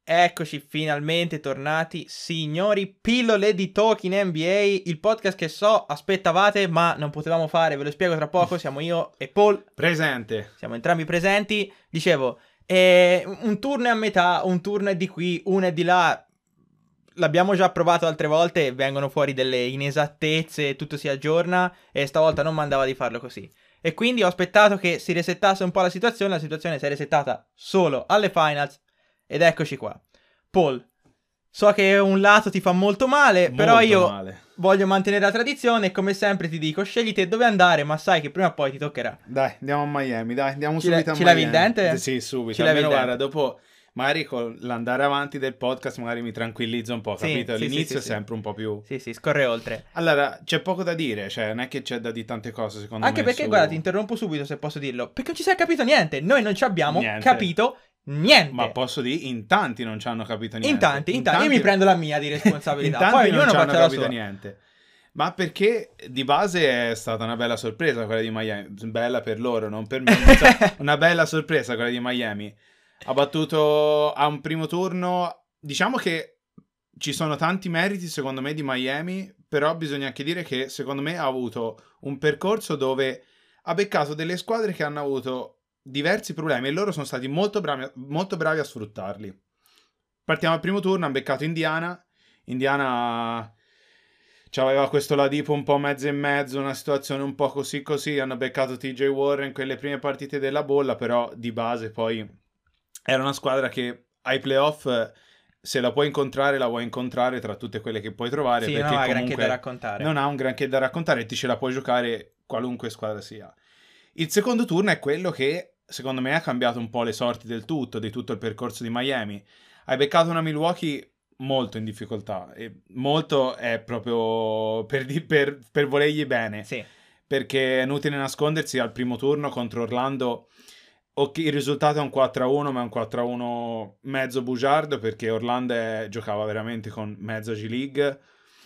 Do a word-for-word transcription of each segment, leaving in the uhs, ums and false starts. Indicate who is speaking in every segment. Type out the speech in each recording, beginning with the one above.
Speaker 1: Eccoci finalmente tornati, signori, pillole di Talking N B A, il podcast che so aspettavate ma non potevamo fare, ve lo spiego tra poco, siamo io e Paul.
Speaker 2: Presente.
Speaker 1: Siamo entrambi presenti, dicevo, eh, un turno è a metà, un turno è di qui, uno è di là, l'abbiamo già provato altre volte, vengono fuori delle inesattezze, tutto si aggiorna e stavolta non mandava di farlo così. E quindi ho aspettato che si resettasse un po' la situazione, la situazione si è resettata solo alle finals. Ed eccoci qua. Paul, so che un lato ti fa molto male,
Speaker 2: Molto
Speaker 1: però io
Speaker 2: male.
Speaker 1: voglio mantenere la tradizione e come sempre ti dico, scegli te dove andare, ma sai che prima o poi ti toccherà.
Speaker 2: Dai, andiamo a Miami, dai, andiamo
Speaker 1: Ci
Speaker 2: subito
Speaker 1: le-
Speaker 2: a
Speaker 1: ci
Speaker 2: Miami.
Speaker 1: levi il dente?
Speaker 2: Sì, subito.
Speaker 1: Ci levi
Speaker 2: Almeno
Speaker 1: il
Speaker 2: guarda,
Speaker 1: dente.
Speaker 2: dopo magari con l'andare avanti del podcast magari mi tranquillizza un po',
Speaker 1: Sì,
Speaker 2: capito?
Speaker 1: sì, sì,
Speaker 2: L'inizio
Speaker 1: sì,
Speaker 2: è
Speaker 1: sì.
Speaker 2: sempre un po' più...
Speaker 1: Sì, sì, scorre oltre.
Speaker 2: Allora, c'è poco da dire, cioè non è che c'è da dire tante cose secondo
Speaker 1: Anche
Speaker 2: me
Speaker 1: perché,
Speaker 2: su...
Speaker 1: guarda, ti interrompo subito se posso dirlo, perché non ci sei capito niente. Noi non ci abbiamo
Speaker 2: Niente.
Speaker 1: capito niente.
Speaker 2: Ma posso dire, in tanti non ci hanno capito niente.
Speaker 1: In tanti, in tanti. Io mi prendo la mia di responsabilità.
Speaker 2: In tanti
Speaker 1: Poi
Speaker 2: non
Speaker 1: ognuno
Speaker 2: ci hanno
Speaker 1: faccia la
Speaker 2: capito
Speaker 1: sua.
Speaker 2: niente. Ma perché di base è stata una bella sorpresa quella di Miami. Bella per loro, non per me. Cioè, una bella sorpresa quella di Miami. Ha battuto a un primo turno. Diciamo che ci sono tanti meriti secondo me di Miami, però bisogna anche dire che secondo me ha avuto un percorso dove ha beccato delle squadre che hanno avuto diversi problemi e loro sono stati molto bravi, molto bravi a sfruttarli. Partiamo al primo turno, hanno beccato Indiana. Indiana c'aveva questo Ladipo un po' mezzo e mezzo, una situazione un po' così così. Hanno beccato T J Warren quelle prime partite della bolla, però di base poi era una squadra che ai playoff, se la puoi incontrare, la vuoi incontrare tra tutte quelle che puoi trovare,
Speaker 1: Sì,
Speaker 2: perché
Speaker 1: non ha
Speaker 2: comunque
Speaker 1: granché da raccontare.
Speaker 2: non ha un granché da raccontare e ti ce la puoi giocare qualunque squadra sia. Il secondo turno è quello che secondo me ha cambiato un po' le sorti del tutto, di tutto il percorso di Miami. Hai beccato una Milwaukee molto in difficoltà e molto è proprio per, di- per, per volergli bene,
Speaker 1: Sì.
Speaker 2: perché è inutile nascondersi al primo turno contro Orlando. Ok, il risultato è un quattro a uno, ma è un quattro a uno mezzo bugiardo, perché Orlando è- giocava veramente con mezzo G-League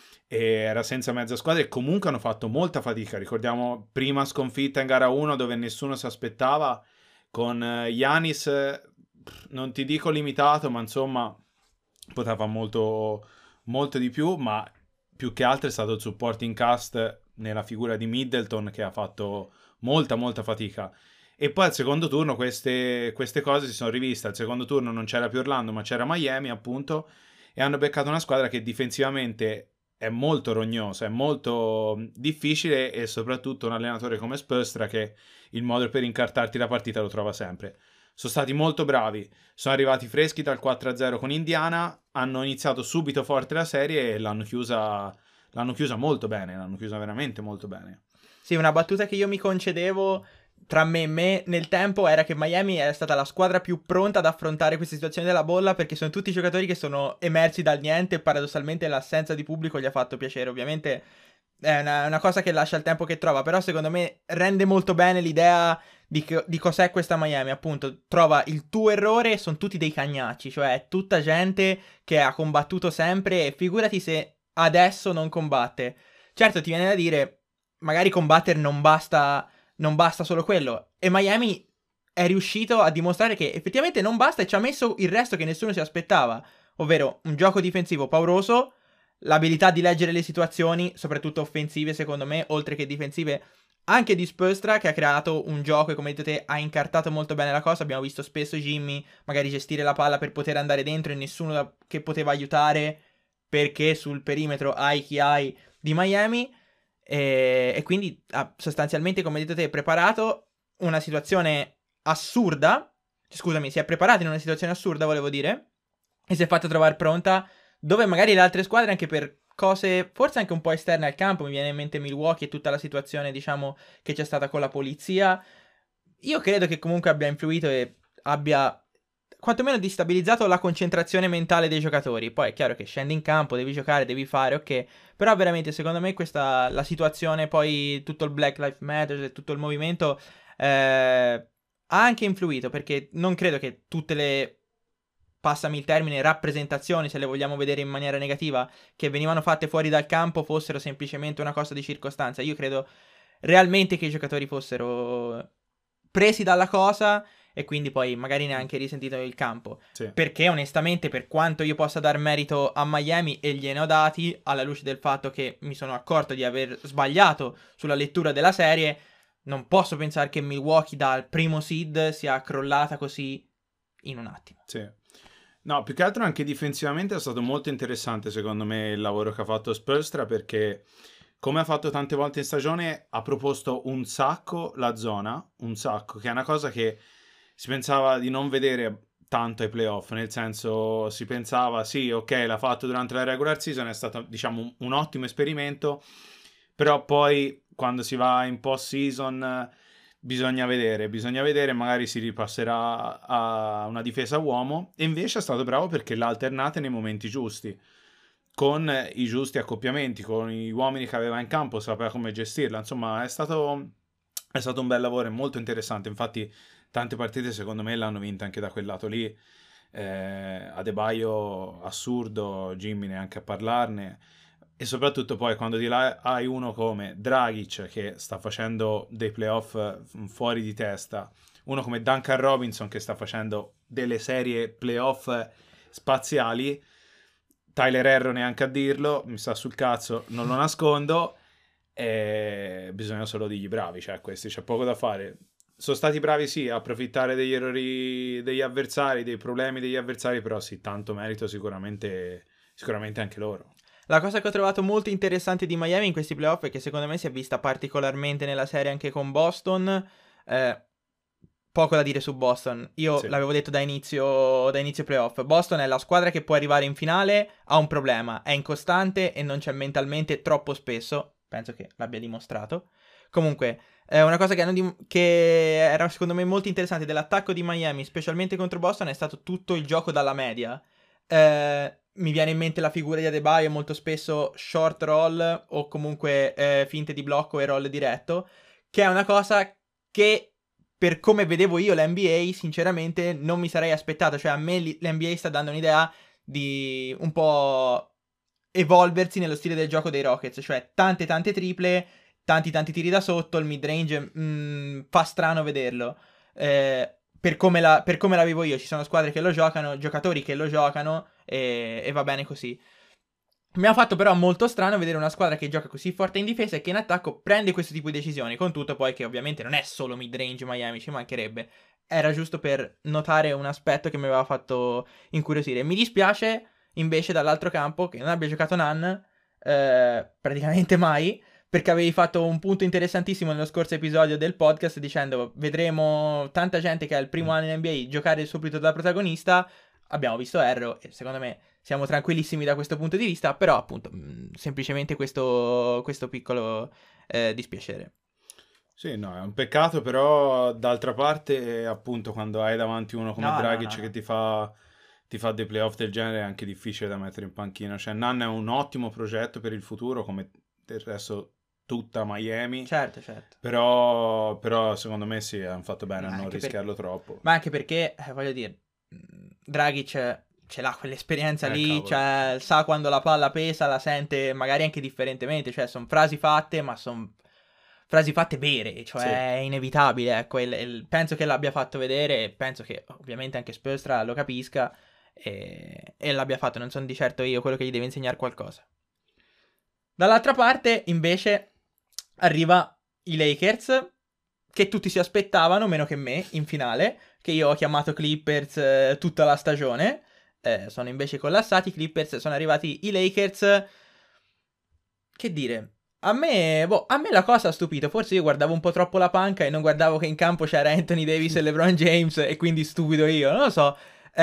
Speaker 2: e era senza mezza squadra e comunque hanno fatto molta fatica. Ricordiamo prima sconfitta in gara uno dove nessuno si aspettava, con eh, Giannis, eh, non ti dico limitato, ma insomma poteva fare molto, molto di più, ma più che altro è stato il supporting cast nella figura di Middleton che ha fatto molta molta fatica. E poi al secondo turno queste, queste cose si sono riviste. Al secondo turno non c'era più Orlando, ma c'era Miami, appunto, e hanno beccato una squadra che difensivamente è molto rognosa, è molto difficile, e soprattutto un allenatore come Spoelstra che il modo per incartarti la partita lo trova sempre. Sono stati molto bravi, sono arrivati freschi dal quattro a zero con Indiana, hanno iniziato subito forte la serie e l'hanno chiusa, l'hanno chiusa molto bene, l'hanno chiusa veramente molto bene.
Speaker 1: Sì, una battuta che io mi concedevo tra me e me nel tempo era che Miami è stata la squadra più pronta ad affrontare queste situazioni della bolla, perché sono tutti giocatori che sono emersi dal niente e paradossalmente l'assenza di pubblico gli ha fatto piacere. Ovviamente è una, una cosa che lascia il tempo che trova, però secondo me rende molto bene l'idea di, che- di cos'è questa Miami. Appunto, trova il tuo errore, sono tutti dei cagnacci, cioè è tutta gente che ha combattuto sempre e figurati se adesso non combatte. Certo, ti viene da dire, magari combattere non basta, non basta solo quello. E Miami è riuscito a dimostrare che effettivamente non basta e ci ha messo il resto che nessuno si aspettava, ovvero un gioco difensivo pauroso, l'abilità di leggere le situazioni, soprattutto offensive secondo me, oltre che difensive, anche di Spoelstra, che ha creato un gioco e come dite ha incartato molto bene la cosa. Abbiamo visto spesso Jimmy magari gestire la palla per poter andare dentro e nessuno da- che poteva aiutare, perché sul perimetro hai chi hai di Miami. E, e quindi ha sostanzialmente, come dite te, preparato una situazione assurda. Scusami, si è preparato in una situazione assurda, volevo dire, e si è fatto trovare pronta, dove magari le altre squadre, anche per cose forse anche un po' esterne al campo, mi viene in mente Milwaukee e tutta la situazione, diciamo, che c'è stata con la polizia, io credo che comunque abbia influito e abbia quantomeno destabilizzato la concentrazione mentale dei giocatori. Poi è chiaro che scendi in campo, devi giocare, devi fare, ok. Però veramente secondo me questa, la situazione, poi tutto il Black Lives Matter e tutto il movimento eh, ha anche influito, perché non credo che tutte le, passami il termine, rappresentazioni, se le vogliamo vedere in maniera negativa, che venivano fatte fuori dal campo fossero semplicemente una cosa di circostanza. Io credo realmente che i giocatori fossero presi dalla cosa e quindi poi magari neanche risentito il campo.
Speaker 2: Sì.
Speaker 1: Perché onestamente, per quanto io possa dar merito a Miami, e gliene ho dati, alla luce del fatto che mi sono accorto di aver sbagliato sulla lettura della serie, non posso pensare che Milwaukee dal primo seed sia crollata così in un attimo.
Speaker 2: Sì. No, più che altro anche difensivamente è stato molto interessante secondo me il lavoro che ha fatto Spoelstra, perché come ha fatto tante volte in stagione ha proposto un sacco la zona, un sacco, che è una cosa che si pensava di non vedere tanto ai playoff, nel senso si pensava sì, ok, l'ha fatto durante la regular season, è stato diciamo un, un ottimo esperimento, però poi quando si va in post season bisogna vedere, bisogna vedere, magari si ripasserà a una difesa uomo, e invece è stato bravo perché l'ha alternata nei momenti giusti, con i giusti accoppiamenti, con gli uomini che aveva in campo, sapeva come gestirla, insomma è stato, è stato un bel lavoro, è molto interessante, infatti tante partite secondo me l'hanno vinta anche da quel lato lì, eh, Adebayo assurdo, Jimmy neanche a parlarne. E soprattutto poi quando di là hai uno come Dragic che sta facendo dei playoff fuori di testa, uno come Duncan Robinson che sta facendo delle serie playoff spaziali, Tyler Herro neanche a dirlo, mi sta sul cazzo, non lo nascondo, e bisogna solo dirgli bravi, cioè questi c'è poco da fare. Sono stati bravi sì a approfittare degli errori degli avversari, dei problemi degli avversari, però sì, tanto merito sicuramente, sicuramente anche loro.
Speaker 1: La cosa che ho trovato molto interessante di Miami in questi playoff è che secondo me si è vista particolarmente nella serie anche con Boston. Eh, poco da dire su Boston. Io
Speaker 2: Sì.
Speaker 1: l'avevo detto da inizio, da inizio playoff. Boston è la squadra che può arrivare in finale, ha un problema, è incostante e non c'è mentalmente troppo spesso. Penso che l'abbia dimostrato. Comunque, eh, una cosa che, hanno dim- che era secondo me molto interessante dell'attacco di Miami, specialmente contro Boston, è stato tutto il gioco dalla media. Eh... Mi viene in mente la figura di Adebayo, molto spesso short roll o comunque eh, finte di blocco e roll diretto, che è una cosa che per come vedevo io l'N B A sinceramente non mi sarei aspettato, cioè a me l'N B A sta dando un'idea di un po' evolversi nello stile del gioco dei Rockets, cioè tante tante triple, tanti tanti tiri da sotto, il mid range mh, fa strano vederlo. Eh, Per come, la, per come la vivo io, ci sono squadre che lo giocano, giocatori che lo giocano e, e va bene così. Mi ha fatto però molto strano vedere una squadra che gioca così forte in difesa e che in attacco prende questo tipo di decisioni, con tutto poi che ovviamente non è solo mid-range Miami, ci mancherebbe. Era giusto per notare un aspetto che mi aveva fatto incuriosire. Mi dispiace invece dall'altro campo che non abbia giocato Nan eh, praticamente mai, perché avevi fatto un punto interessantissimo nello scorso episodio del podcast dicendo vedremo tanta gente che ha il primo anno in N B A giocare subito da protagonista. Abbiamo visto Herro e secondo me siamo tranquillissimi da questo punto di vista, però appunto mh, semplicemente questo, questo piccolo eh, dispiacere.
Speaker 2: Sì, no, è un peccato, però d'altra parte appunto quando hai davanti uno come
Speaker 1: No,
Speaker 2: Dragic
Speaker 1: no, no.
Speaker 2: che ti fa, ti fa dei playoff del genere è anche difficile da mettere in panchina, cioè Nan è un ottimo progetto per il futuro come del resto tutta Miami,
Speaker 1: Certo, certo.
Speaker 2: però, però secondo me sì, hanno fatto bene
Speaker 1: Ma
Speaker 2: a non
Speaker 1: anche per-
Speaker 2: rischiarlo troppo.
Speaker 1: Ma anche perché, eh, voglio dire, mh, Dragic ce l'ha quell'esperienza
Speaker 2: Eh,
Speaker 1: lì,
Speaker 2: cavolo.
Speaker 1: cioè sa quando la palla pesa, la sente magari anche differentemente, cioè sono frasi fatte, ma sono frasi fatte bere, cioè
Speaker 2: Sì.
Speaker 1: è inevitabile, ecco, il- il- penso che l'abbia fatto vedere e penso che ovviamente anche Spoelstra lo capisca e, e l'abbia fatto, non sono di certo io quello che gli deve insegnare qualcosa. Dall'altra parte, invece, arriva i Lakers, che tutti si aspettavano, meno che me, in finale, che io ho chiamato Clippers eh, tutta la stagione, eh, sono invece collassati, i Clippers sono arrivati i Lakers, che dire, a me, boh, a me la cosa ha stupito, forse io guardavo un po' troppo la panca e non guardavo che in campo c'era Anthony Davis e LeBron James e quindi stupido io, non lo so,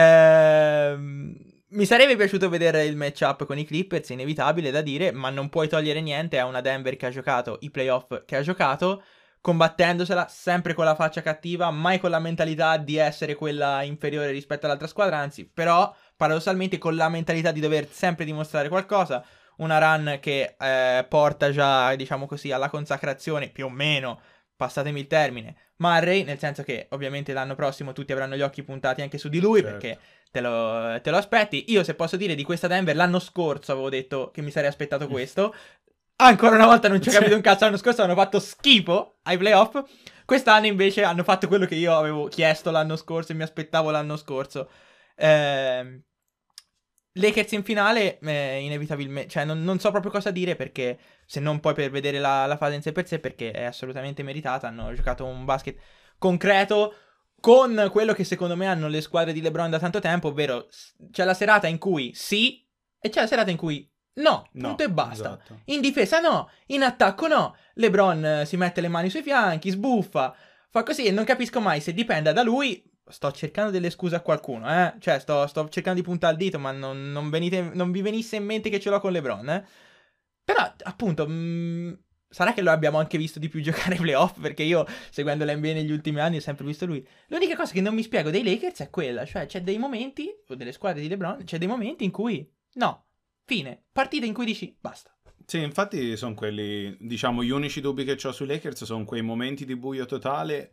Speaker 1: ehm... mi sarebbe piaciuto vedere il matchup con i Clippers, inevitabile da dire, ma non puoi togliere niente a una Denver che ha giocato i playoff che ha giocato, combattendosela sempre con la faccia cattiva, mai con la mentalità di essere quella inferiore rispetto all'altra squadra, anzi, però paradossalmente con la mentalità di dover sempre dimostrare qualcosa. Una run che eh, porta già, diciamo così, alla consacrazione, più o meno, passatemi il termine, Murray, nel senso che ovviamente l'anno prossimo tutti avranno gli occhi puntati anche su di lui,
Speaker 2: Certo.
Speaker 1: perché te lo, te lo aspetti. Io, se posso dire, di questa Denver l'anno scorso avevo detto che mi sarei aspettato questo. Ancora una volta non ci ho capito un cazzo, l'anno scorso hanno fatto schifo ai playoff. Quest'anno invece hanno fatto quello che io avevo chiesto l'anno scorso e mi aspettavo l'anno scorso. Eh, Lakers in finale, eh, inevitabilmente, cioè non, non so proprio cosa dire perché, se non poi per vedere la, la fase in sé per sé, perché è assolutamente meritata, hanno giocato un basket concreto con quello che secondo me hanno le squadre di LeBron da tanto tempo, ovvero c'è la serata in cui sì e c'è la serata in cui no, punto
Speaker 2: No,
Speaker 1: e basta.
Speaker 2: esatto.
Speaker 1: In difesa no, in attacco no. LeBron eh, si mette le mani sui fianchi, sbuffa, fa così e non capisco mai se dipenda da lui. Sto cercando delle scuse a qualcuno, eh. Cioè, sto, sto cercando di puntare il dito, ma non, non, venite, non vi venisse in mente che ce l'ho con LeBron, eh. Però, appunto, mh, sarà che lo abbiamo anche visto di più giocare ai playoff, perché io, seguendo l'N B A negli ultimi anni, ho sempre visto lui. L'unica cosa che non mi spiego dei Lakers è quella, cioè c'è dei momenti, o delle squadre di LeBron, c'è dei momenti in cui, no, fine, partita in cui dici, basta.
Speaker 2: Sì, infatti sono quelli, diciamo, gli unici dubbi che ho sui Lakers sono quei momenti di buio totale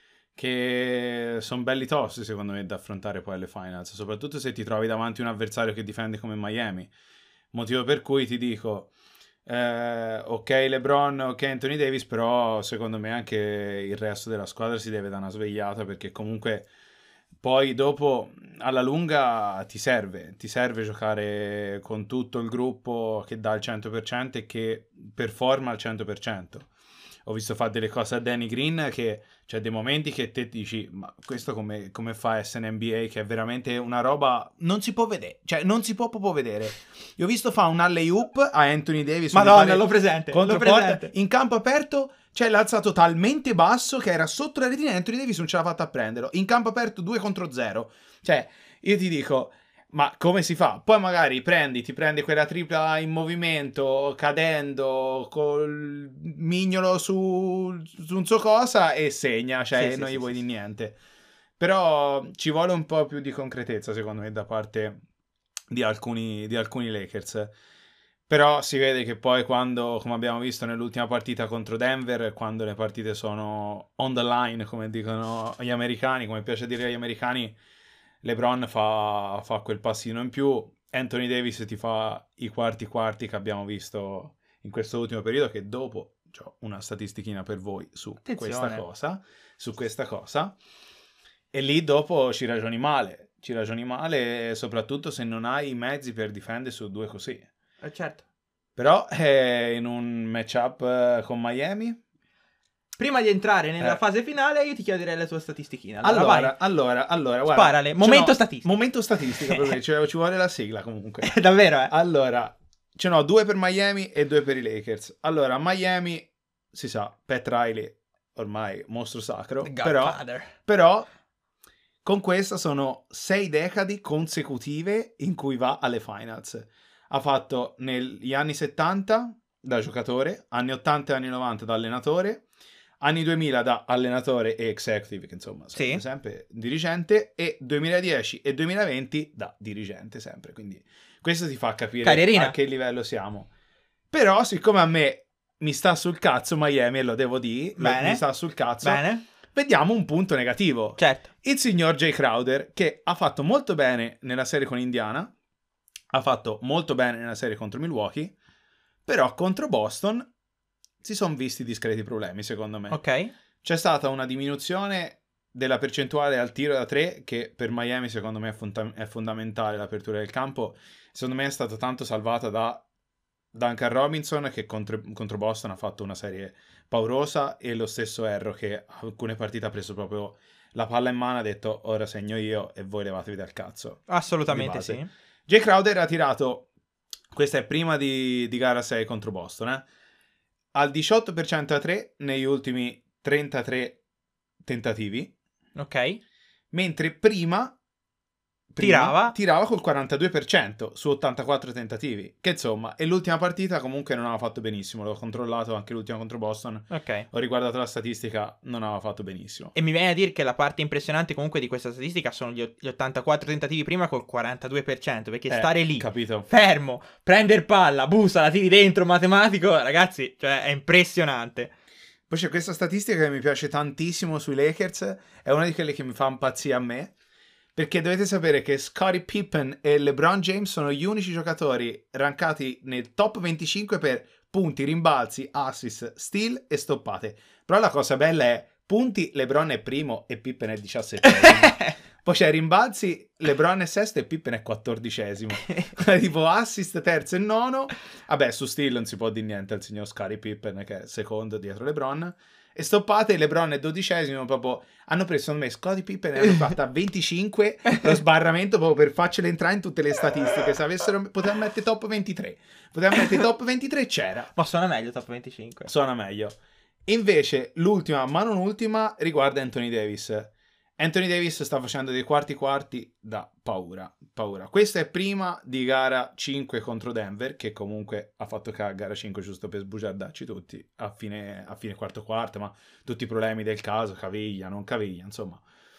Speaker 2: che sono belli tosti secondo me da affrontare poi alle finals, soprattutto se ti trovi davanti un avversario che difende come Miami, motivo per cui ti dico eh, ok LeBron, ok Anthony Davis, però secondo me anche il resto della squadra si deve dare una svegliata, perché comunque poi dopo alla lunga ti serve, ti serve giocare con tutto il gruppo che dà il cento per cento e che performa al cento per cento. Ho visto fare delle cose a Danny Green che c'è dei momenti che te dici ma questo come, come fa a essere N B A, che è veramente una roba non si può vedere, cioè non si può proprio vedere. Io ho visto fare un alley-oop a Anthony Davis,
Speaker 1: Madonna, l'ho presente,
Speaker 2: contro
Speaker 1: l'ho presente.
Speaker 2: Porta, in campo aperto, cioè l'ha alzato talmente basso che era sotto la retina e Anthony Davis non ce l'ha fatta a prenderlo. In campo aperto due contro zero. Cioè, io ti dico, ma come si fa? Poi magari prendi, ti prendi quella tripla in movimento, cadendo, col mignolo su, su un so cosa e segna, cioè
Speaker 1: Sì,
Speaker 2: non
Speaker 1: sì,
Speaker 2: gli
Speaker 1: sì,
Speaker 2: vuoi
Speaker 1: sì,
Speaker 2: di
Speaker 1: sì.
Speaker 2: niente. Però ci vuole un po' più di concretezza, secondo me, da parte di alcuni, di alcuni Lakers. Però si vede che poi quando, come abbiamo visto nell'ultima partita contro Denver, quando le partite sono on the line, come dicono gli americani, come piace dire agli americani, LeBron fa, fa quel passino in più, Anthony Davis ti fa i quarti quarti che abbiamo visto in questo ultimo periodo, che dopo ho una statistichina per voi su
Speaker 1: Attenzione.
Speaker 2: questa cosa, su questa cosa, e lì dopo ci ragioni male, ci ragioni male soprattutto se non hai i mezzi per difendere su due così.
Speaker 1: Eh, certo.
Speaker 2: Però eh, in un matchup eh, con Miami.
Speaker 1: Prima di entrare nella
Speaker 2: Eh.
Speaker 1: fase finale, io ti chiederei la tua statistichina. Allora,
Speaker 2: Allora,
Speaker 1: vai.
Speaker 2: allora, allora, guarda,
Speaker 1: Sparale.
Speaker 2: ce
Speaker 1: Momento
Speaker 2: n'ho-
Speaker 1: statistica.
Speaker 2: Momento statistica, per me, ci, ci vuole la sigla comunque.
Speaker 1: Davvero, eh?
Speaker 2: Allora, ce n'ho due per Miami e due per i Lakers. Allora, Miami, si sa, Pat Riley, ormai mostro sacro,
Speaker 1: The
Speaker 2: però,
Speaker 1: Godfather.
Speaker 2: però con questa sono sei decadi consecutive in cui va alle finals. Ha fatto negli anni settanta da giocatore, anni ottanta e anni novanta da allenatore, anni duemila da allenatore e executive, che insomma
Speaker 1: Sì.
Speaker 2: sempre dirigente, e duemiladieci e duemilaventi da dirigente sempre, quindi questo ti fa capire
Speaker 1: Carrierina.
Speaker 2: a che livello siamo. Però siccome a me mi sta sul cazzo Miami, e lo devo dire,
Speaker 1: Bene.
Speaker 2: mi sta sul cazzo,
Speaker 1: Bene.
Speaker 2: vediamo un punto negativo.
Speaker 1: Certo.
Speaker 2: Il signor Jay Crowder, che ha fatto molto bene nella serie con Indiana, ha fatto molto bene nella serie contro Milwaukee, però contro Boston si sono visti discreti problemi, secondo me.
Speaker 1: Ok.
Speaker 2: C'è stata una diminuzione della percentuale al tiro da tre, che per Miami secondo me è, funda- è fondamentale, l'apertura del campo. Secondo me è stata tanto salvata da Duncan Robinson, che contro, contro Boston ha fatto una serie paurosa, e lo stesso Erro, che alcune partite ha preso proprio la palla in mano, ha detto ora segno io e voi levatevi dal cazzo.
Speaker 1: Assolutamente
Speaker 2: Di base.
Speaker 1: sì.
Speaker 2: Jay Crowder ha tirato, questa è prima di, di gara sei contro Boston, eh, al diciotto per cento a tre negli ultimi trentatré tentativi,
Speaker 1: Ok.
Speaker 2: mentre prima, prima
Speaker 1: Tirava.
Speaker 2: tirava col quarantadue per cento su ottantaquattro tentativi, che insomma, e l'ultima partita comunque non aveva fatto benissimo, l'ho controllato anche l'ultima contro Boston,
Speaker 1: Ok.
Speaker 2: ho riguardato la statistica, non aveva fatto benissimo.
Speaker 1: E mi viene a dire che la parte impressionante comunque di questa statistica sono gli, gli ottantaquattro tentativi prima col quarantadue per cento, perché
Speaker 2: Eh,
Speaker 1: stare lì,
Speaker 2: capito?
Speaker 1: fermo, prender palla, bussa, la tiri dentro, matematico, ragazzi, cioè è impressionante.
Speaker 2: Poi c'è questa statistica che mi piace tantissimo sui Lakers, è una di quelle che mi fa impazzire a me, perché dovete sapere che Scottie Pippen e LeBron James sono gli unici giocatori rankati nel top venticinque per punti, rimbalzi, assist, steal e stoppate. Però la cosa bella è Punti, LeBron è primo e Pippen è diciassettesimo. Poi c'è rimbalzi, LeBron è sesto e Pippen è quattordicesimo. Tipo assist terzo e nono. Vabbè, su steal non si può dire niente al signor Scottie Pippen che è secondo dietro LeBron. E stoppate, LeBron è dodicesimo, proprio hanno preso, secondo me, Scottie Pippen e hanno fatto a venticinque lo sbarramento proprio per farcelo entrare in tutte le statistiche. Se avessero, potevano mettere top ventitré. Potevano mettere top ventitré e c'era.
Speaker 1: Ma suona meglio top venticinque.
Speaker 2: Suona meglio. Invece, l'ultima, ma non ultima, riguarda Anthony Davis. Anthony Davis sta facendo dei quarti quarti da paura, paura. Questa è prima di gara cinque contro Denver, che comunque ha fatto cagare gara cinque giusto per sbugiardarci tutti a fine, a fine quarto quarto, ma tutti i problemi del caso, caviglia, non caviglia, insomma.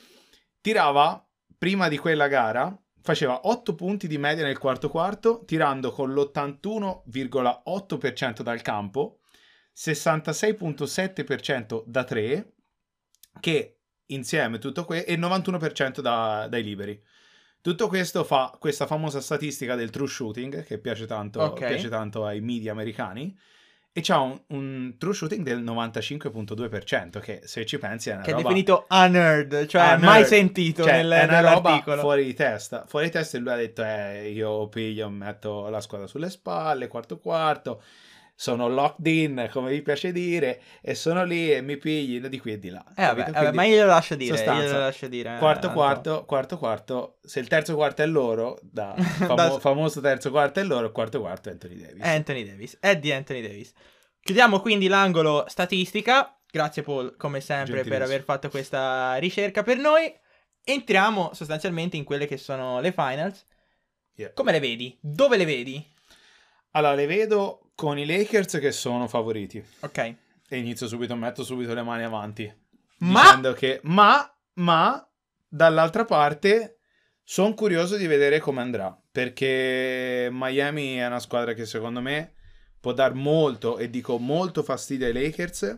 Speaker 2: Tirava, prima di quella gara, faceva otto punti di media nel quarto quarto, tirando con l'ottantuno virgola otto per cento dal campo, sessantasei virgola sette per cento da tre, che insieme tutto questo, e il novantuno per cento da, dai liberi. Tutto questo fa questa famosa statistica del true shooting, che piace tanto,
Speaker 1: okay.
Speaker 2: piace tanto ai media americani, e c'ha un, un true shooting del novantacinque virgola due per cento, che se ci pensi è una
Speaker 1: che
Speaker 2: roba...
Speaker 1: Che è definito a nerd, cioè
Speaker 2: a
Speaker 1: mai
Speaker 2: nerd.
Speaker 1: sentito
Speaker 2: Cioè,
Speaker 1: nel,
Speaker 2: è una
Speaker 1: nell'articolo.
Speaker 2: Roba fuori di testa, fuori di testa, e lui ha detto, eh, io piglio, metto la squadra sulle spalle, quarto quarto, sono locked in, come vi piace dire, e sono lì e mi pigli di qui e di là.
Speaker 1: Eh vabbè, vabbè, ma io lo lascio dire,
Speaker 2: sostanza,
Speaker 1: io lo lascio dire.
Speaker 2: Quarto
Speaker 1: eh,
Speaker 2: quarto, quarto quarto, se il terzo quarto è loro, da, famo-
Speaker 1: da...
Speaker 2: famoso terzo quarto è loro, quarto quarto è Anthony Davis.
Speaker 1: Anthony Davis, è di Anthony Davis. Chiudiamo quindi l'angolo statistica. Grazie Paul, come sempre, per aver fatto questa ricerca per noi. Entriamo sostanzialmente in quelle che sono le finals.
Speaker 2: Yeah.
Speaker 1: Come le vedi? Dove le vedi?
Speaker 2: Allora, le vedo con i Lakers che sono favoriti.
Speaker 1: Ok.
Speaker 2: E inizio subito, metto subito le mani avanti.
Speaker 1: Ma...
Speaker 2: Dicendo che... Ma, ma, dall'altra parte, sono curioso di vedere come andrà. Perché Miami è una squadra che secondo me può dar molto, e dico molto, fastidio ai Lakers.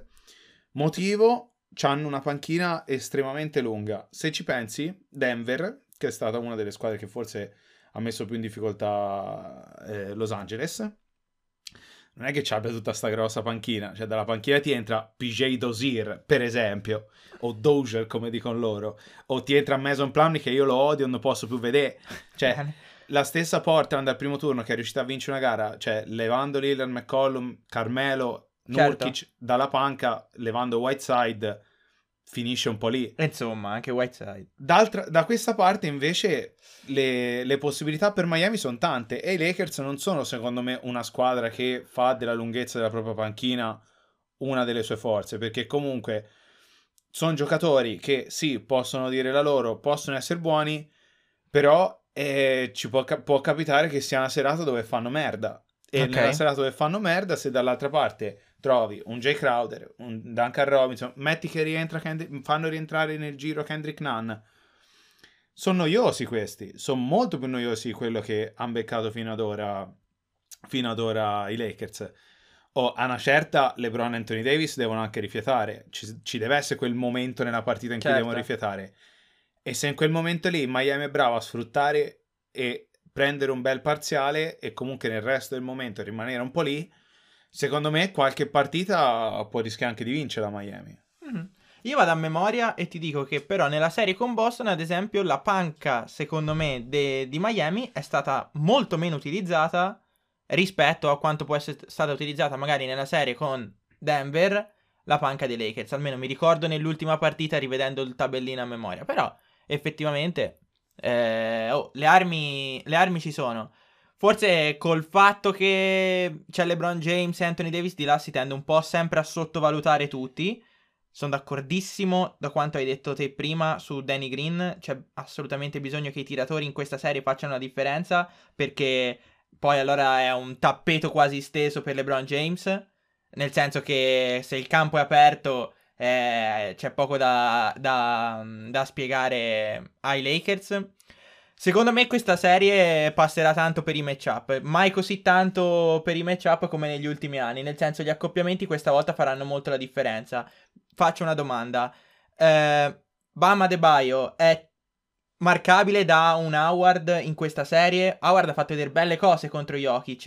Speaker 2: Motivo, c'hanno una panchina estremamente lunga. Se ci pensi, Denver, che è stata una delle squadre che forse ha messo più in difficoltà eh, Los Angeles, non è che ci abbia tutta sta grossa panchina. Cioè, dalla panchina ti entra P J Dozier, per esempio, o Dozier, come dicono loro, o ti entra Mason Plumlee, che io lo odio, non posso più vedere. Cioè, la stessa Portland al primo turno, che è riuscita a vincere una gara, cioè, levando Lillard, McCollum, Carmelo, Nurkic, certo, dalla panca, levando Whiteside, finisce un po' lì.
Speaker 1: Insomma, anche Whiteside.
Speaker 2: D'altra, da questa parte, invece, le, le possibilità per Miami sono tante, e i Lakers non sono, secondo me, una squadra che fa della lunghezza della propria panchina una delle sue forze, perché comunque sono giocatori che, sì, possono dire la loro, possono essere buoni, però eh, ci può, può capitare che sia una serata dove fanno merda. E okay, nella serata dove fanno merda, se dall'altra parte trovi un Jay Crowder, un Duncan Robinson, metti che rientra Kendrick, fanno rientrare nel giro Kendrick Nunn, sono noiosi questi, sono molto più noiosi di quello che hanno beccato fino ad ora fino ad ora i Lakers. O a una certa LeBron e Anthony Davis devono anche rifiatare, ci, ci deve essere quel momento nella partita in cui certo, devono rifiatare, e se in quel momento lì Miami è bravo a sfruttare e prendere un bel parziale e comunque nel resto del momento rimanere un po' lì, secondo me qualche partita può rischiare anche di vincere la Miami.
Speaker 1: Mm-hmm. Io vado a memoria e ti dico che però nella serie con Boston, ad esempio, la panca, secondo me, de- di Miami è stata molto meno utilizzata rispetto a quanto può essere stata utilizzata magari nella serie con Denver, la panca dei Lakers. Almeno mi ricordo nell'ultima partita rivedendo il tabellino a memoria. Però effettivamente eh, oh, le armi, le armi ci sono. Forse col fatto che c'è LeBron James e Anthony Davis, di là si tende un po' sempre a sottovalutare tutti. Sono d'accordissimo da quanto hai detto te prima su Danny Green. C'è assolutamente bisogno che i tiratori in questa serie facciano la differenza, perché poi allora è un tappeto quasi steso per LeBron James, nel senso che se il campo è aperto eh, c'è poco da, da, da spiegare ai Lakers. Secondo me questa serie passerà tanto per i matchup, mai così tanto per i matchup come negli ultimi anni, nel senso gli accoppiamenti questa volta faranno molto la differenza. Faccio una domanda, eh, Bam Adebayo è marcabile da un Howard in questa serie? Howard ha fatto vedere belle cose contro Jokic,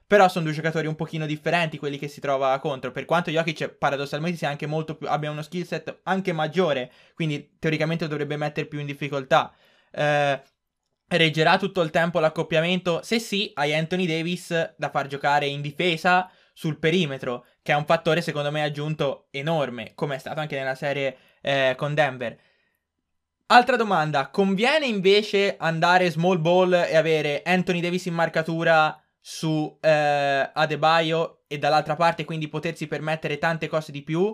Speaker 1: Però sono due giocatori un pochino differenti quelli che si trova contro, per quanto Jokic paradossalmente sia anche molto più, abbia uno skill set anche maggiore, quindi teoricamente dovrebbe mettere più in difficoltà. Eh, reggerà tutto il tempo l'accoppiamento? Se sì, hai Anthony Davis da far giocare in difesa sul perimetro, che è un fattore secondo me aggiunto enorme, come è stato anche nella serie eh, con Denver. Altra domanda, conviene invece andare small ball e avere Anthony Davis in marcatura su eh, Adebayo e dall'altra parte quindi potersi permettere tante cose di più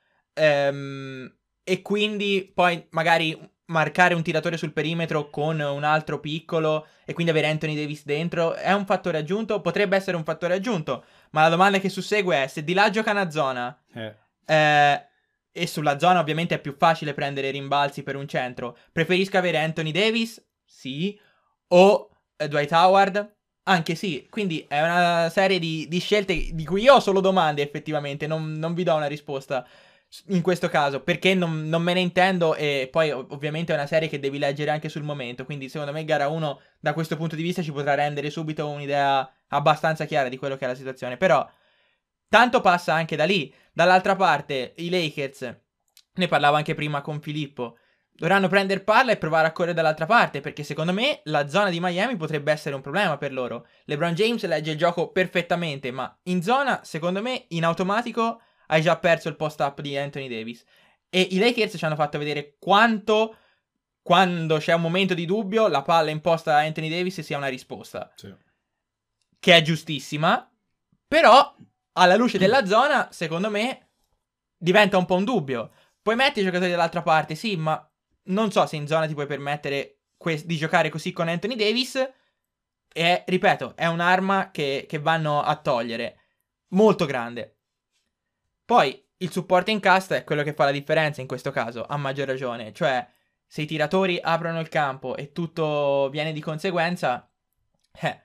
Speaker 1: ehm, e quindi poi magari marcare un tiratore sul perimetro con un altro piccolo e quindi avere Anthony Davis dentro è un fattore aggiunto? Potrebbe essere un fattore aggiunto, ma la domanda che sussegue è se di là gioca una zona
Speaker 2: Eh.
Speaker 1: eh, e sulla zona ovviamente è più facile prendere rimbalzi per un centro, preferisco avere Anthony Davis? Sì. O eh, Dwight Howard? Anche sì, quindi è una serie di, di scelte di cui io ho solo domande effettivamente, non, non vi do una risposta in questo caso, perché non, non me ne intendo e poi ov- ovviamente è una serie che devi leggere anche sul momento, quindi secondo me gara uno da questo punto di vista ci potrà rendere subito un'idea abbastanza chiara di quello che è la situazione, però tanto passa anche da lì. Dall'altra parte i Lakers, ne parlavo anche prima con Filippo, dovranno prendere palla e provare a correre dall'altra parte, perché secondo me la zona di Miami potrebbe essere un problema per loro. LeBron James legge il gioco perfettamente, ma in zona, secondo me, in automatico hai già perso il post-up di Anthony Davis. E i Lakers ci hanno fatto vedere quanto, quando c'è un momento di dubbio, la palla imposta a Anthony Davis sia una risposta.
Speaker 2: Sì.
Speaker 1: Che è giustissima, però alla luce della zona, secondo me, diventa un po' un dubbio. Puoi mettere i giocatori dall'altra parte, sì, ma non so se in zona ti puoi permettere que- di giocare così con Anthony Davis. E, ripeto, è un'arma che, che vanno a togliere. Molto grande. Poi, il supporting cast è quello che fa la differenza in questo caso, a maggior ragione. Cioè, se i tiratori aprono il campo e tutto viene di conseguenza, eh,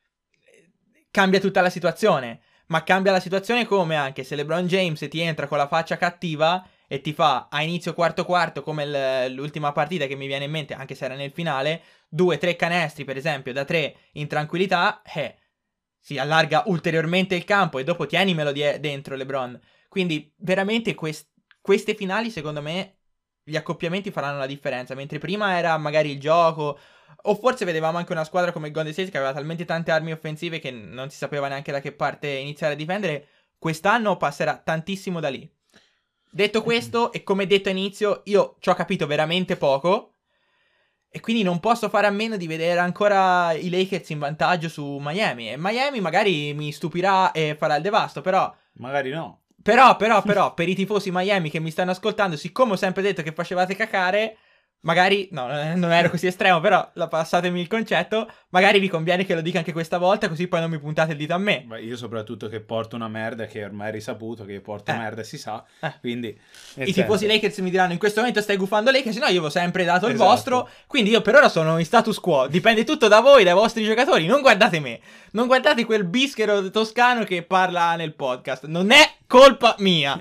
Speaker 1: cambia tutta la situazione. Ma cambia la situazione come anche se LeBron James ti entra con la faccia cattiva e ti fa a inizio quarto quarto come l- l'ultima partita che mi viene in mente, anche se era nel finale, due tre canestri per esempio da tre in tranquillità, eh, si allarga ulteriormente il campo e dopo tienimelo di- dentro LeBron. Quindi veramente quest- queste finali secondo me gli accoppiamenti faranno la differenza, mentre prima era magari il gioco. O forse vedevamo anche una squadra come il Golden State che aveva talmente tante armi offensive che non si sapeva neanche da che parte iniziare a difendere. Quest'anno passerà tantissimo da lì. Detto questo, e come detto all'inizio, io ci ho capito veramente poco. E quindi non posso fare a meno di vedere ancora i Lakers in vantaggio su Miami. E Miami magari mi stupirà e farà il devasto, però...
Speaker 2: Magari no.
Speaker 1: Però, però, però, per i tifosi Miami che mi stanno ascoltando, siccome ho sempre detto che facevate cacare... Magari, no, non ero così estremo, però la passatemi il concetto. Magari vi conviene che lo dica anche questa volta, così poi non mi puntate il dito a me.
Speaker 2: Beh, io soprattutto che porto una merda, che ormai è risaputo che io porto
Speaker 1: Eh.
Speaker 2: merda, si sa.
Speaker 1: Eh.
Speaker 2: Quindi nel
Speaker 1: I
Speaker 2: senso-
Speaker 1: tifosi Lakers mi diranno in questo momento stai gufando Lakers, no, io vi ho sempre dato il
Speaker 2: Esatto.
Speaker 1: vostro, quindi io per ora sono in status quo, dipende tutto da voi, dai vostri giocatori, non guardate me, non guardate quel bischero toscano che parla nel podcast, non è colpa mia.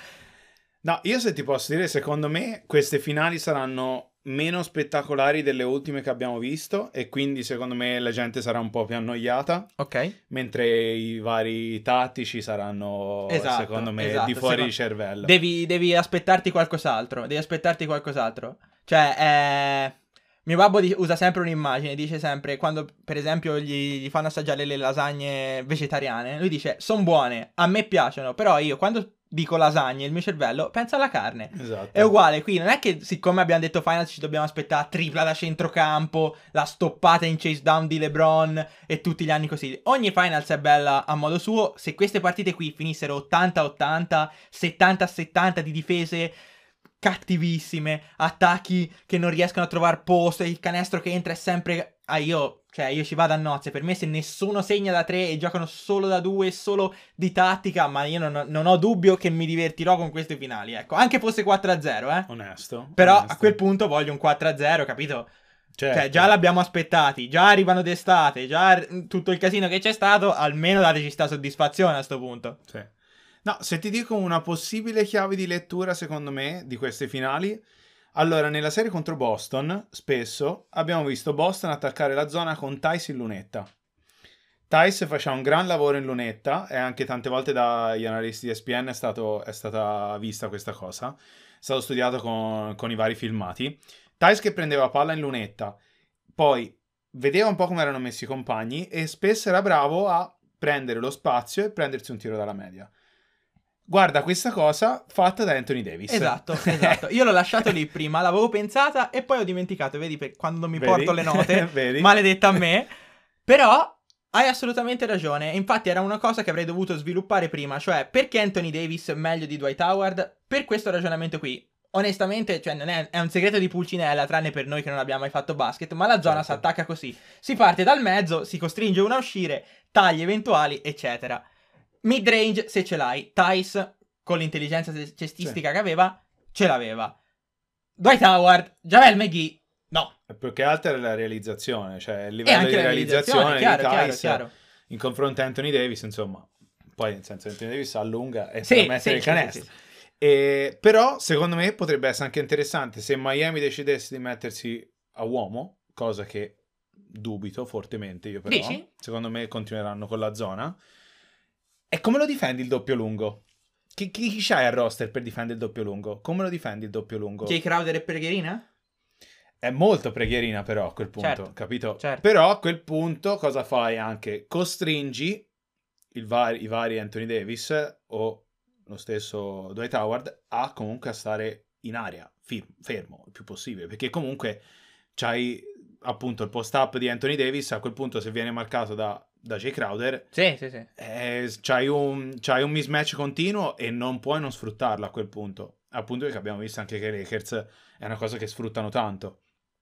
Speaker 2: No, io se ti posso dire, secondo me queste finali saranno meno spettacolari delle ultime che abbiamo visto e quindi secondo me la gente sarà un po' più annoiata,
Speaker 1: Ok.
Speaker 2: mentre i vari tattici saranno
Speaker 1: Esatto,
Speaker 2: secondo me
Speaker 1: esatto,
Speaker 2: di fuori
Speaker 1: secondo-
Speaker 2: di cervello.
Speaker 1: Devi, devi aspettarti qualcos'altro, devi aspettarti qualcos'altro. Cioè, eh... mio babbo di- usa sempre un'immagine, dice sempre, quando per esempio gli, gli fanno assaggiare le lasagne vegetariane, lui dice, sono buone, a me piacciono, però io quando dico lasagne, il mio cervello pensa alla carne.
Speaker 2: Esatto.
Speaker 1: È uguale, qui non è che siccome abbiamo detto Finals ci dobbiamo aspettare tripla da centrocampo, la stoppata in chase down di LeBron e tutti gli anni così. Ogni Finals è bella a modo suo, se queste partite qui finissero ottanta ottanta, settanta settanta di difese cattivissime, attacchi che non riescono a trovare posto, il canestro che entra è sempre... Ah, io, cioè, io ci vado a nozze, per me se nessuno segna da tre e giocano solo da due, solo di tattica, ma io non ho, non ho dubbio che mi divertirò con queste finali, ecco, anche fosse quattro a zero, eh.
Speaker 2: Onesto.
Speaker 1: Però
Speaker 2: onesto.
Speaker 1: a quel punto voglio un quattro a zero, capito?
Speaker 2: Certo.
Speaker 1: Cioè, già l'abbiamo aspettati, già arrivano d'estate, già r- tutto il casino che c'è stato, almeno dateci sta soddisfazione a sto punto.
Speaker 2: Sì. No, se ti dico una possibile chiave di lettura, secondo me, di queste finali, allora, nella serie contro Boston, spesso abbiamo visto Boston attaccare la zona con Tice in lunetta. Theis faceva un gran lavoro in lunetta e anche tante volte dagli analisti di E S P N è, stato, è stata vista questa cosa. È stato studiato con, con i vari filmati. Theis che prendeva palla in lunetta, poi vedeva un po' come erano messi i compagni e spesso era bravo a prendere lo spazio e prendersi un tiro dalla media. Guarda questa cosa fatta da Anthony Davis.
Speaker 1: Esatto, esatto. Io l'ho lasciato lì prima, l'avevo pensata e poi ho dimenticato, vedi, per quando mi
Speaker 2: Vedi?
Speaker 1: porto le note,
Speaker 2: Vedi?
Speaker 1: maledetta a me. Però hai assolutamente ragione. Infatti era una cosa che avrei dovuto sviluppare prima, cioè perché Anthony Davis è meglio di Dwight Howard? Per questo ragionamento qui. Onestamente, cioè, non è, è un segreto di Pulcinella, tranne per noi che non abbiamo mai fatto basket, ma la zona
Speaker 2: Certo.
Speaker 1: si attacca così. Si parte dal mezzo, si costringe uno a uscire, tagli eventuali, eccetera. Mid range, se ce l'hai. Theis, con l'intelligenza cestistica
Speaker 2: Sì.
Speaker 1: che aveva, ce l'aveva. Dwight Howard, Javel McGee, no.
Speaker 2: È più che altro è la realizzazione, cioè il
Speaker 1: E
Speaker 2: livello
Speaker 1: anche
Speaker 2: di
Speaker 1: la
Speaker 2: realizzazione
Speaker 1: realizzazione, chiaro,
Speaker 2: di
Speaker 1: chiaro,
Speaker 2: Theis
Speaker 1: chiaro.
Speaker 2: in confronto a Anthony Davis, insomma, poi nel senso Anthony Davis allunga e
Speaker 1: Sì,
Speaker 2: per mettere
Speaker 1: sì,
Speaker 2: il
Speaker 1: sì,
Speaker 2: canestro.
Speaker 1: sì, sì.
Speaker 2: E, però secondo me potrebbe essere anche interessante se Miami decidesse di mettersi a uomo, cosa che dubito fortemente io però.
Speaker 1: Dici?
Speaker 2: Secondo me continueranno con la zona. E come lo difendi il doppio lungo? Chi, chi, chi c'hai al roster per difendere il doppio lungo? Come lo difendi il doppio lungo?
Speaker 1: Jay Crowder e Pregherina?
Speaker 2: È molto preghierina però a quel punto,
Speaker 1: Certo,
Speaker 2: capito?
Speaker 1: certo.
Speaker 2: Però a quel punto cosa fai anche? Costringi il vari, i vari Anthony Davis o lo stesso Dwight Howard a comunque a stare in aria, firmo, fermo il più possibile, perché comunque c'hai appunto il post-up di Anthony Davis, a quel punto se viene marcato da, da Jay Crowder,
Speaker 1: Sì, sì, sì.
Speaker 2: eh, c'hai, un, c'hai un mismatch continuo e non puoi non sfruttarlo a quel punto, al punto che abbiamo visto anche che i Lakers è una cosa che sfruttano tanto.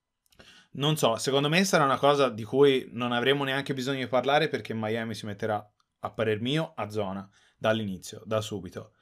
Speaker 2: Non so, secondo me sarà una cosa di cui non avremo neanche bisogno di parlare perché Miami si metterà, a parer mio, a zona dall'inizio, da subito.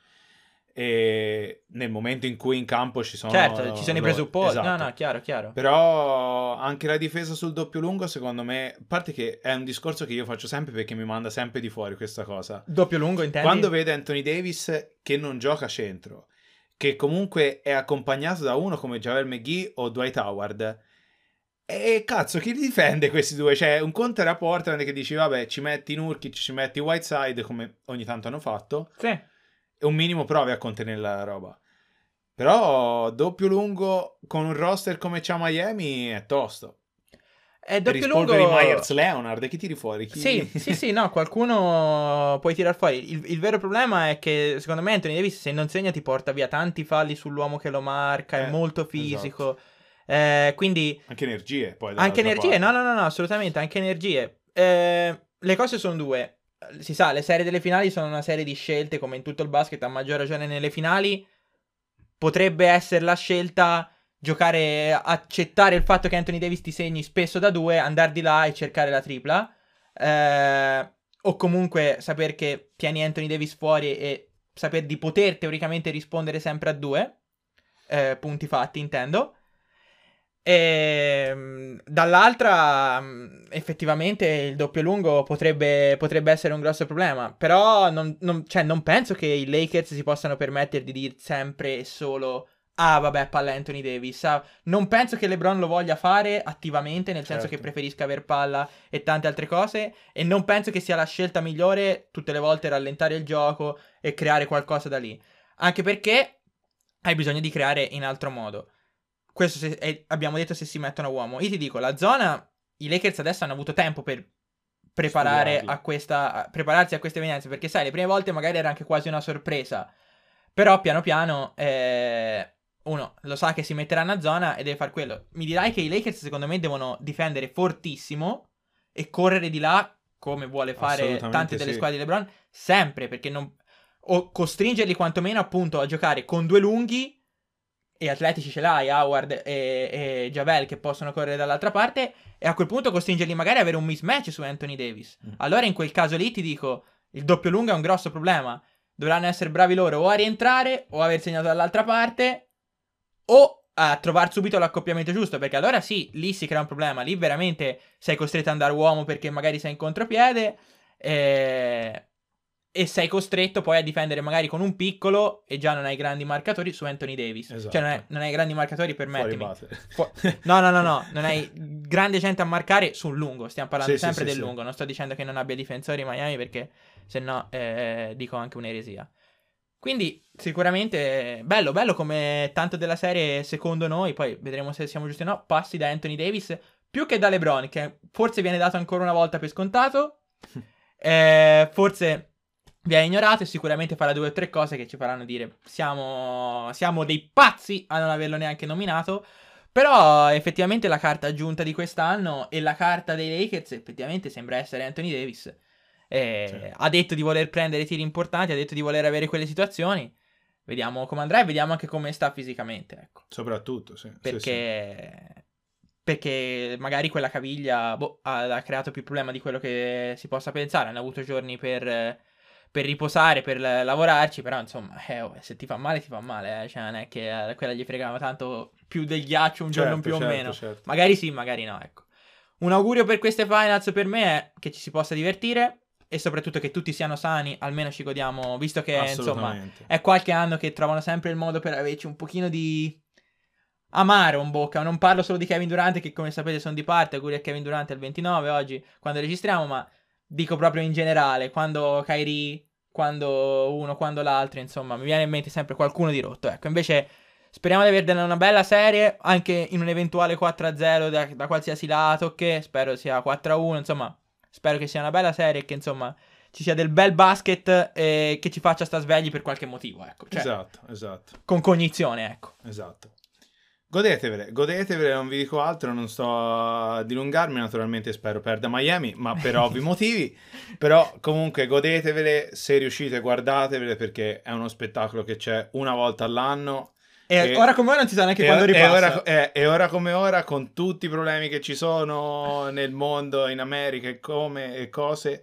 Speaker 2: E nel momento in cui in campo ci sono...
Speaker 1: Certo, ci sono i
Speaker 2: loro.
Speaker 1: presupposti.
Speaker 2: Esatto.
Speaker 1: No, no, chiaro, chiaro.
Speaker 2: Però anche la difesa sul doppio lungo, secondo me, a parte che è un discorso che io faccio sempre perché mi manda sempre di fuori questa cosa.
Speaker 1: Doppio lungo, intendi?
Speaker 2: Quando vede Anthony Davis che non gioca centro, che comunque è accompagnato da uno come Javel McGee o Dwight Howard, e cazzo, chi li difende questi due? Cioè, un conto era Portland che dici, vabbè, ci metti Nurkic, ci metti Whiteside, come ogni tanto hanno fatto,
Speaker 1: Sì.
Speaker 2: e un minimo provi a contenere la roba. Però doppio lungo con un roster come c'ha Miami è tosto.
Speaker 1: È
Speaker 2: Per
Speaker 1: doppio
Speaker 2: rispolveri
Speaker 1: lungo...
Speaker 2: Myers Leonard, chi tiri fuori? Chi...
Speaker 1: Sì, sì, sì, no, qualcuno puoi tirar fuori. Il, il vero problema è che secondo me Anthony Davis se non segna ti porta via tanti falli sull'uomo che lo marca,
Speaker 2: Eh,
Speaker 1: è molto fisico. Eh, quindi...
Speaker 2: Anche energie poi.
Speaker 1: Anche energie,
Speaker 2: parte.
Speaker 1: no, no, no, no, assolutamente, anche energie. Eh, le cose sono due. Si sa, le serie delle finali sono una serie di scelte, come in tutto il basket, a maggior ragione nelle finali. Potrebbe essere la scelta giocare, accettare il fatto che Anthony Davis ti segni spesso da due, andare di là e cercare la tripla. Eh, o comunque saper che tieni Anthony Davis fuori e saper di poter teoricamente rispondere sempre a due. Eh, punti fatti, intendo. E dall'altra effettivamente il doppio lungo potrebbe, potrebbe essere un grosso problema, però non, non, cioè, non penso che i Lakers si possano permettere di dire sempre e solo ah vabbè palla Anthony Davis, ah, non penso che LeBron lo voglia fare attivamente, nel senso
Speaker 2: Certo.
Speaker 1: che preferisca aver palla e tante altre cose, e non penso che sia la scelta migliore tutte le volte rallentare il gioco e creare qualcosa da lì, anche perché hai bisogno di creare in altro modo. Questo se, è, abbiamo detto se si mettono a uomo. Io ti dico, la zona, i Lakers adesso hanno avuto tempo per preparare a questa, a prepararsi a queste evenienze, perché sai, le prime volte magari era anche quasi una sorpresa, però piano piano eh, uno lo sa che si metteranno a zona e deve fare quello. Mi dirai che i Lakers secondo me devono difendere fortissimo e correre di là come vuole fare tante delle
Speaker 2: sì.
Speaker 1: squadre di LeBron, sempre, perché non... o costringerli quantomeno appunto a giocare con due lunghi, e atletici ce l'hai, Howard e, e Javel che possono correre dall'altra parte, e a quel punto costringerli magari a avere un mismatch su Anthony Davis. Mm. Allora in quel caso lì ti dico, il doppio lungo è un grosso problema. Dovranno essere bravi loro o a rientrare o aver segnato dall'altra parte o a trovare subito l'accoppiamento giusto, perché allora sì, lì si crea un problema, lì veramente sei costretto ad andare uomo perché magari sei in contropiede e... e sei costretto poi a difendere magari con un piccolo e già non hai grandi marcatori su Anthony Davis.
Speaker 2: Esatto.
Speaker 1: Cioè non hai, non hai grandi marcatori, permettimi.
Speaker 2: Fu-
Speaker 1: no, no, no, no, non hai grande gente a marcare sul lungo, stiamo parlando
Speaker 2: sì,
Speaker 1: sempre
Speaker 2: sì,
Speaker 1: del
Speaker 2: sì,
Speaker 1: lungo,
Speaker 2: sì.
Speaker 1: non sto dicendo che non abbia difensori Miami perché se no eh, dico anche un'eresia. Quindi sicuramente bello, bello come tanto della serie secondo noi, poi vedremo se siamo giusti o no, passi da Anthony Davis più che da LeBron, che forse viene dato ancora una volta per scontato, eh, forse viene ignorato e sicuramente farà due o tre cose che ci faranno dire siamo, siamo dei pazzi a non averlo neanche nominato. Però effettivamente la carta aggiunta di quest'anno e la carta dei Lakers effettivamente sembra essere Anthony Davis. Eh,
Speaker 2: Sì.
Speaker 1: Ha detto di voler prendere tiri importanti, ha detto di voler avere quelle situazioni. Vediamo come andrà e vediamo anche come sta fisicamente, ecco.
Speaker 2: Soprattutto, sì.
Speaker 1: Perché,
Speaker 2: sì, sì.
Speaker 1: perché magari quella caviglia boh, ha, ha creato più problema di quello che si possa pensare. Hanno avuto giorni per, per riposare, per lavorarci, però insomma, eh, oh, se ti fa male ti fa male, eh. Cioè non è che eh, quella gli fregava tanto più del ghiaccio un
Speaker 2: Certo,
Speaker 1: giorno più
Speaker 2: certo,
Speaker 1: o meno.
Speaker 2: certo.
Speaker 1: Magari sì, magari no, ecco. Un augurio per queste finals per me è che ci si possa divertire e soprattutto che tutti siano sani, almeno ci godiamo, visto che insomma è qualche anno che trovano sempre il modo per averci un pochino di amaro in bocca. Non parlo solo di Kevin Durant, che come sapete sono di parte, auguri a Kevin Durant il ventinove oggi quando registriamo, ma dico proprio in generale, quando Kyrie, quando uno, quando l'altro, insomma mi viene in mente sempre qualcuno di rotto, ecco. Invece speriamo di avere una bella serie, anche in un eventuale quattro a zero da, da qualsiasi lato, che spero sia quattro a uno, insomma, spero che sia una bella serie e che, insomma, ci sia del bel basket e che ci faccia sta svegli per qualche motivo, ecco. Cioè,
Speaker 2: esatto, esatto.
Speaker 1: Con cognizione, ecco.
Speaker 2: Esatto. Godetevele, godetevele, non vi dico altro, non sto a dilungarmi, naturalmente spero perda Miami, ma per ovvi motivi, però comunque godetevele, se riuscite guardatevele perché è uno spettacolo che c'è una volta all'anno.
Speaker 1: E, e ora come ora non si sa neanche quando ripassa.
Speaker 2: E ora, e, e ora come ora, con tutti i problemi che ci sono nel mondo, in America e come e cose,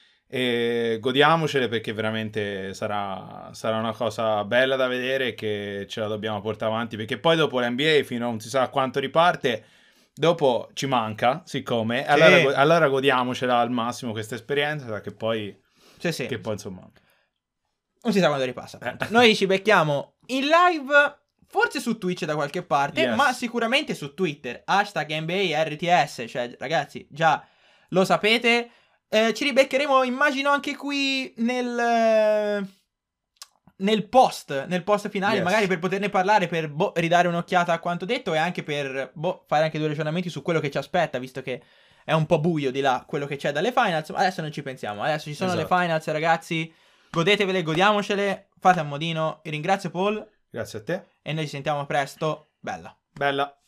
Speaker 2: e godiamocele perché veramente sarà, sarà una cosa bella da vedere che ce la dobbiamo portare avanti, perché poi dopo l'N B A fino a non si sa quanto riparte, dopo ci manca, siccome, sì. allora, allora godiamocela al massimo questa esperienza, che poi,
Speaker 1: sì, sì.
Speaker 2: che poi insomma
Speaker 1: non si sa quando ripassa, eh. Noi ci becchiamo in live, forse su Twitch da qualche parte, yes. ma sicuramente su Twitter, hashtag N B A R T S, cioè ragazzi già lo sapete. Eh, ci ribeccheremo, immagino, anche qui nel, nel post, nel post finale, yes. magari per poterne parlare, per boh, ridare un'occhiata a quanto detto e anche per boh, fare anche due ragionamenti su quello che ci aspetta, visto che è un po' buio di là quello che c'è dalle finals. Ma adesso non ci pensiamo, adesso ci sono esatto. le finals, ragazzi, godetevele, godiamocele, fate a modino. Io ringrazio Paul.
Speaker 2: Grazie a te.
Speaker 1: E noi ci sentiamo presto. Bella.
Speaker 2: Bella.